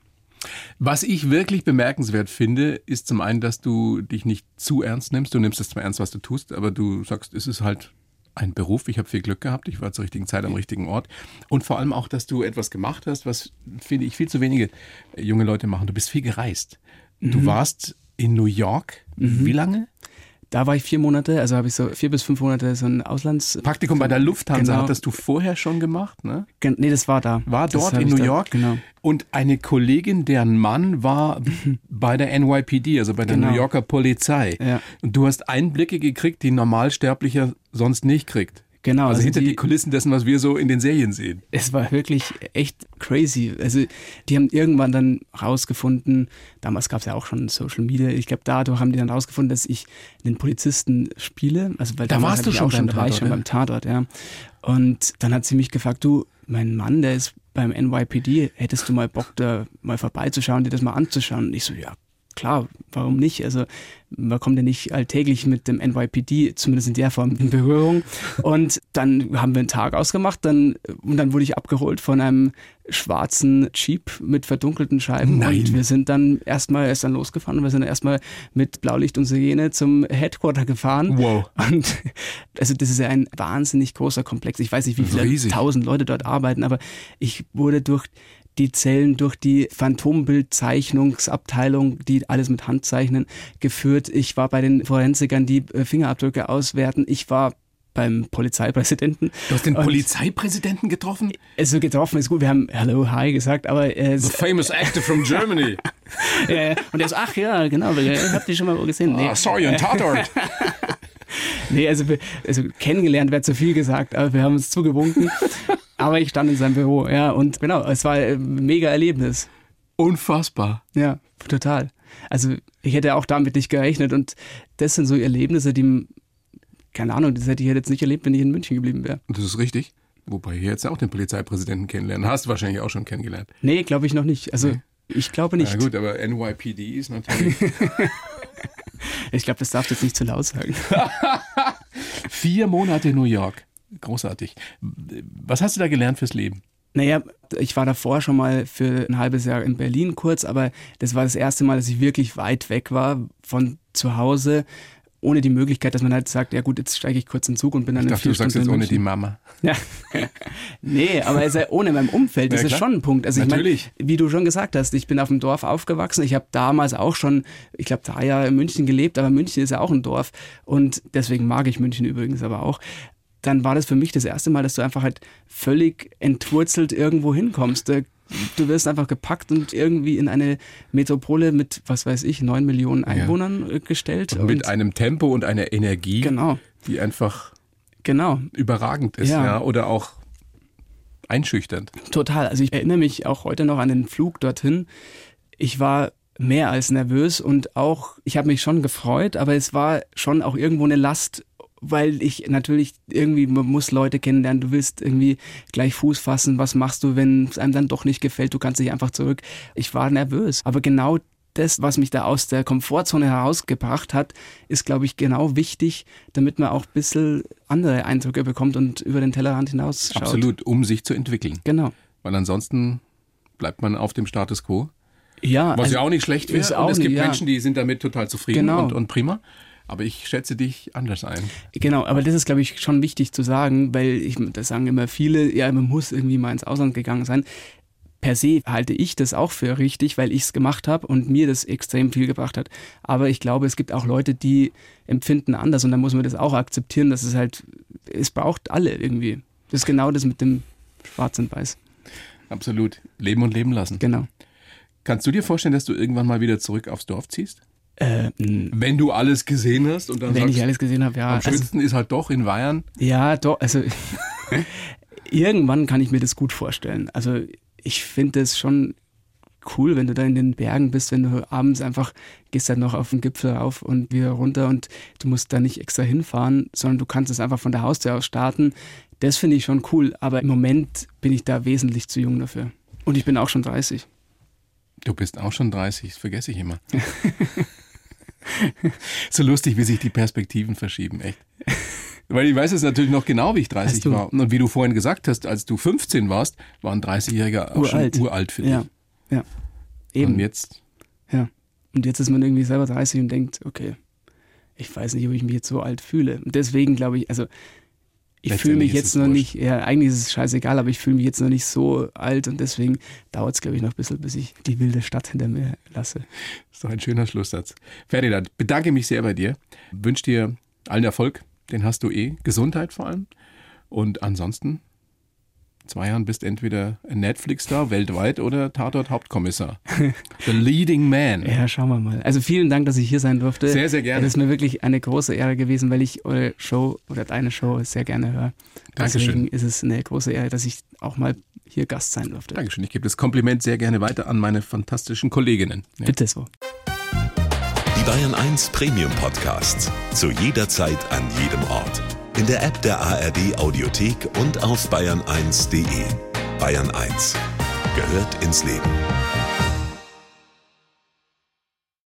Was ich wirklich bemerkenswert finde, ist zum einen, dass du dich nicht zu ernst nimmst. Du nimmst es zwar ernst, was du tust, aber du sagst, es ist halt ein Beruf. Ich habe viel Glück gehabt. Ich war zur richtigen Zeit am richtigen Ort. Und vor allem auch, dass du etwas gemacht hast, was, finde ich, viel zu wenige junge Leute machen. Du bist viel gereist. Du warst in New York. Wie lange? Da war ich 4 Monate, also habe ich so 4 bis 5 Monate so ein Praktikum bei der Lufthansa, genau. Hattest du vorher schon gemacht, ne? Nee, das war da. War dort in New York? Genau. Und eine Kollegin, deren Mann war bei der NYPD, also bei der New Yorker Polizei. Ja. Und du hast Einblicke gekriegt, die ein Normalsterblicher sonst nicht kriegt. Genau. Also hinter die Kulissen dessen, was wir so in den Serien sehen. Es war wirklich echt crazy. Also die haben irgendwann dann rausgefunden, damals gab es ja auch schon Social Media, ich glaube dadurch haben die dann rausgefunden, dass ich einen Polizisten spiele. Also, weil da warst du schon beim Tatort, ja. Und dann hat sie mich gefragt, du, mein Mann, der ist beim NYPD, hättest du mal Bock, da mal vorbeizuschauen, dir das mal anzuschauen? Und ich so, ja, klar, warum nicht? Also man kommt ja nicht alltäglich mit dem NYPD, zumindest in der Form, in Berührung. Und dann haben wir einen Tag ausgemacht und dann wurde ich abgeholt von einem schwarzen Jeep mit verdunkelten Scheiben. Nein. Und wir sind dann erst dann losgefahren und wir sind erstmal mit Blaulicht und Sirene zum Headquarter gefahren. Wow. Und also das ist ja ein wahnsinnig großer Komplex. Ich weiß nicht, wie viele Riesig. 1000 Leute dort arbeiten, aber ich wurde durch die Zellen, durch die Phantombildzeichnungsabteilung, die alles mit Hand zeichnen, geführt. Ich war bei den Forensikern, die Fingerabdrücke auswerten. Ich war beim Polizeipräsidenten. Du hast den Polizeipräsidenten getroffen? Also getroffen ist gut, wir haben Hello, Hi gesagt, aber... The famous actor from Germany. Ja, und er so, ach ja, genau, ich hab die schon mal gesehen. Nee. Sorry, ein Tatort. Nee, also kennengelernt wäre zu viel gesagt, aber wir haben uns zugewunken. Aber ich stand in seinem Büro, ja, und genau, es war ein mega Erlebnis. Unfassbar. Ja, total. Also ich hätte auch damit nicht gerechnet und das sind so Erlebnisse, die, keine Ahnung, das hätte ich jetzt nicht erlebt, wenn ich in München geblieben wäre. Und das ist richtig. Wobei hier jetzt auch den Polizeipräsidenten kennenlernen. Hast du wahrscheinlich auch schon kennengelernt. Nee, glaube ich noch nicht. Also ich glaube nicht. Na gut, aber NYPD ist natürlich... Ich glaube, das darfst du jetzt nicht zu laut sagen. 4 Monate New York. Großartig. Was hast du da gelernt fürs Leben? Naja, ich war davor schon mal für ein halbes Jahr in Berlin kurz, aber das war das erste Mal, dass ich wirklich weit weg war von zu Hause, ohne die Möglichkeit, dass man halt sagt, ja gut, jetzt steige ich kurz in den Zug und bin dann in 4 Stunden. Ich dachte, du sagst jetzt ohne die Mama. Ja. Nee, aber also ohne meinem Umfeld, das ist schon ein Punkt. Also natürlich. Ich meine, wie du schon gesagt hast, ich bin auf dem Dorf aufgewachsen. Ich habe damals auch schon, ich glaube, 3 Jahre in München gelebt, aber München ist ja auch ein Dorf und deswegen mag ich München übrigens aber auch. Dann war das für mich das erste Mal, dass du einfach halt völlig entwurzelt irgendwo hinkommst. Du wirst einfach gepackt und irgendwie in eine Metropole mit, 9 Millionen Einwohnern gestellt. Und mit einem Tempo und einer Energie, genau. die einfach überragend ist, oder auch einschüchternd. Total. Also ich erinnere mich auch heute noch an den Flug dorthin. Ich war mehr als nervös und auch, ich habe mich schon gefreut, aber es war schon auch irgendwo eine Last, weil ich natürlich irgendwie, man muss Leute kennenlernen, du willst irgendwie gleich Fuß fassen, was machst du, wenn es einem dann doch nicht gefällt, du kannst dich einfach zurück. Ich war nervös, aber genau das, was mich da aus der Komfortzone herausgebracht hat, ist, glaube ich, genau wichtig, damit man auch ein bisschen andere Eindrücke bekommt und über den Tellerrand hinaus schaut. Absolut, um sich zu entwickeln. Genau. Weil ansonsten bleibt man auf dem Status quo. Ja, was ja auch nicht schlecht wäre. Und es gibt Menschen, die sind damit total zufrieden und prima. Aber ich schätze dich anders ein. Genau, aber das ist, glaube ich, schon wichtig zu sagen, weil das sagen immer viele, man muss irgendwie mal ins Ausland gegangen sein. Per se halte ich das auch für richtig, weil ich es gemacht habe und mir das extrem viel gebracht hat. Aber ich glaube, es gibt auch Leute, die empfinden anders und dann muss man das auch akzeptieren, dass es braucht alle irgendwie. Das ist genau das mit dem Schwarz und Weiß. Absolut. Leben und leben lassen. Genau. Kannst du dir vorstellen, dass du irgendwann mal wieder zurück aufs Dorf ziehst? Wenn du alles gesehen hast und dann wenn ich alles gesehen habe, ja. Am schönsten ist halt doch in Weihern. Ja, doch. Also irgendwann kann ich mir das gut vorstellen. Also ich finde es schon cool, wenn du da in den Bergen bist, wenn du abends einfach gehst halt noch auf den Gipfel rauf und wieder runter und du musst da nicht extra hinfahren, sondern du kannst es einfach von der Haustür aus starten. Das finde ich schon cool, aber im Moment bin ich da wesentlich zu jung dafür. Und ich bin auch schon 30. Du bist auch schon 30, das vergesse ich immer. So lustig, wie sich die Perspektiven verschieben, echt. Weil ich weiß es natürlich noch genau, wie ich 30 war. Und wie du vorhin gesagt hast, als du 15 warst, war ein 30-Jähriger auch schon uralt für dich. Ja, eben. Und jetzt? Ja, und jetzt ist man irgendwie selber 30 und denkt, okay, ich weiß nicht, ob ich mich jetzt so alt fühle. Und deswegen glaube ich, ich fühle mich jetzt noch nicht, eigentlich ist es scheißegal, aber ich fühle mich jetzt noch nicht so alt und deswegen dauert es, glaube ich, noch ein bisschen, bis ich die wilde Stadt hinter mir lasse. Das ist doch ein schöner Schlusssatz. Ferdinand, bedanke mich sehr bei dir, wünsche dir allen Erfolg, den hast du Gesundheit vor allem und ansonsten 2 Jahren bist entweder ein Netflix-Star weltweit oder Tatort-Hauptkommissar. The leading man. Ja, schauen wir mal. Also vielen Dank, dass ich hier sein durfte. Sehr, sehr gerne. Es ist mir wirklich eine große Ehre gewesen, weil ich eure Show oder deine Show sehr gerne höre. Dankeschön. Deswegen ist es eine große Ehre, dass ich auch mal hier Gast sein durfte. Dankeschön. Ich gebe das Kompliment sehr gerne weiter an meine fantastischen Kolleginnen. Ja. Bitte so. Die Bayern 1 Premium Podcasts. Zu jeder Zeit, an jedem Ort. In der App der ARD Audiothek und auf bayern1.de. Bayern 1 gehört ins Leben.